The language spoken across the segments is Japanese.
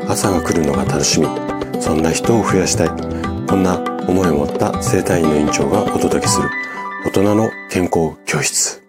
朝が来るのが楽しみ、そんな人を増やしたい、こんな思いを持った整体院の院長がお届けする大人の健康教室。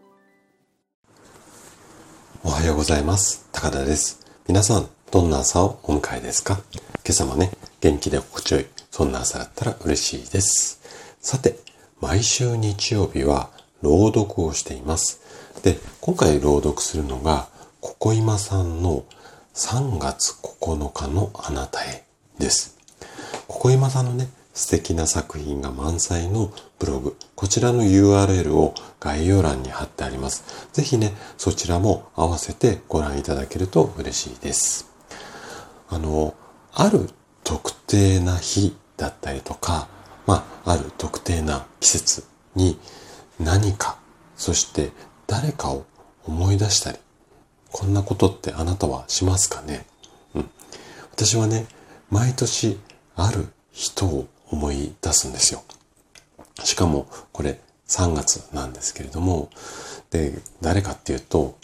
おはようございます。高田です。皆さん、どんな朝をお迎えですか？今朝もね、元気で心地よい、そんな朝だったら嬉しいです。さて、毎週日曜日は朗読をしています。で、今回朗読するのがここいまさんの3月9日のあなたへです。ここいまさんのね、素敵な作品が満載のブログ、こちらの URL を概要欄に貼ってあります。ぜひね、そちらも合わせてご覧いただけると嬉しいです。ある特定な日だったりとか、ある特定な季節に何か、そして誰かを思い出したり、こんなことってあなたはしますかね？私はね、毎年ある人を思い出すんですよ。しかもこれ3月なんですけれども、で、誰かっていうと、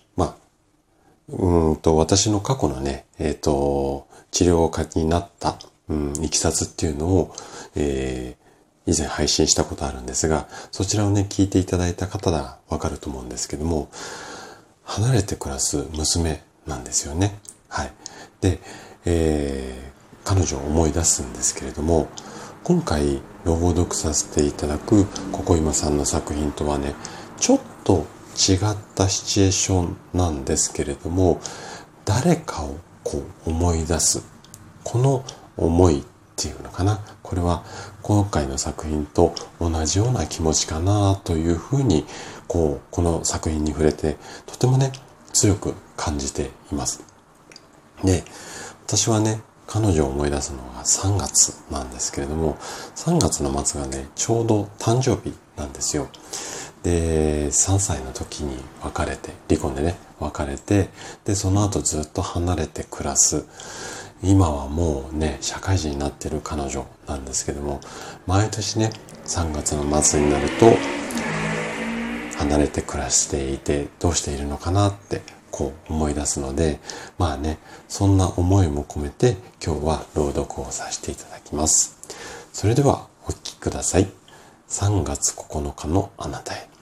私の過去のね、治療家になった、いきさつっていうのを、以前配信したことあるんですが、そちらをね、聞いていただいた方はわかると思うんですけども、離れて暮らす娘なんですよね。はい。で、彼女を思い出すんですけれども、今回朗読させていただくここいまさんの作品とはね、ちょっと違ったシチュエーションなんですけれども、誰かを思い出す、この思いっていうのかな、これは今回の作品と同じような気持ちかなというふうにこの作品に触れてとてもね強く感じています。で、私はね、彼女を思い出すのが3月なんですけれども、3月の末がね、ちょうど誕生日なんですよ。で、3歳の時に別れて、離婚でね、別れて、で、その後ずっと離れて暮らす。今はもうね、社会人になっている彼女なんですけども、毎年ね、3月の末になると、離れて暮らしていて、どうしているのかなって思い出すので、そんな思いも込めて今日は朗読をさせていただきます。それではお聞きください。3月9日のあなたへ。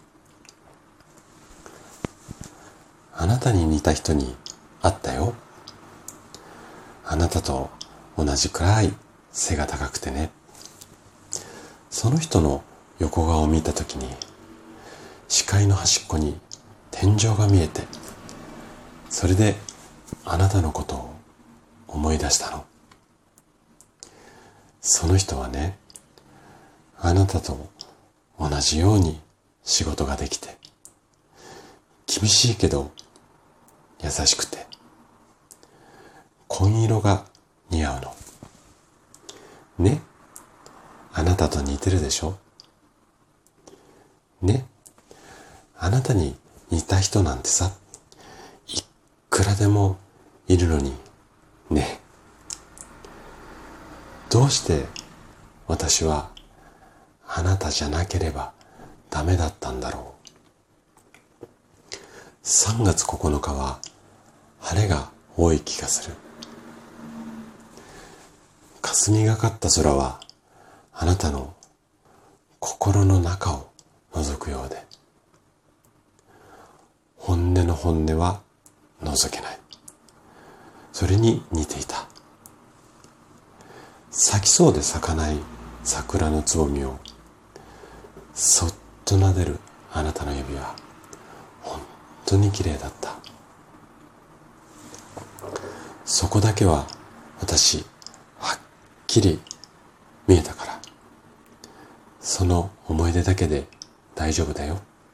あなたに似た人に会ったよ。あなたと同じくらい背が高くてね。その人の横顔を見たときに、視界の端っこに天井が見えて、それであなたのことを思い出したの。その人はね、あなたと同じように仕事ができて、厳しいけど優しくて、紺色が似合うの。ね、あなたと似てるでしょ？ね、あなたに似た人なんてさ、いくらでもいるのにね。どうして私はあなたじゃなければダメだったんだろう。3月9日は晴れが多い気がする。霞がかった空はあなたの心の中を覗くようで、本音の本音は覗けない。それに似ていた。咲きそうで咲かない桜のつぼみをそっと撫でるあなたの指は本当に綺麗だった。そこだけは私はっきり見えたから、その思い出だけで大丈夫だよ。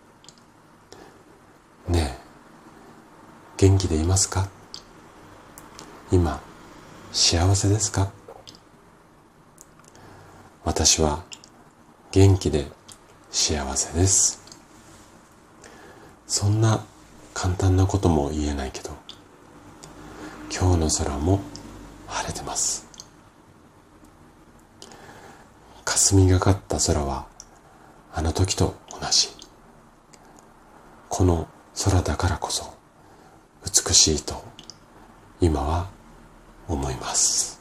ねえ、元気でいますか？今幸せですか？私は元気で幸せです。そんな簡単なことも言えないけど、今日の空も晴れてます。霞がかった空はあの時と同じ。この空だからこそ美しいと今は思います。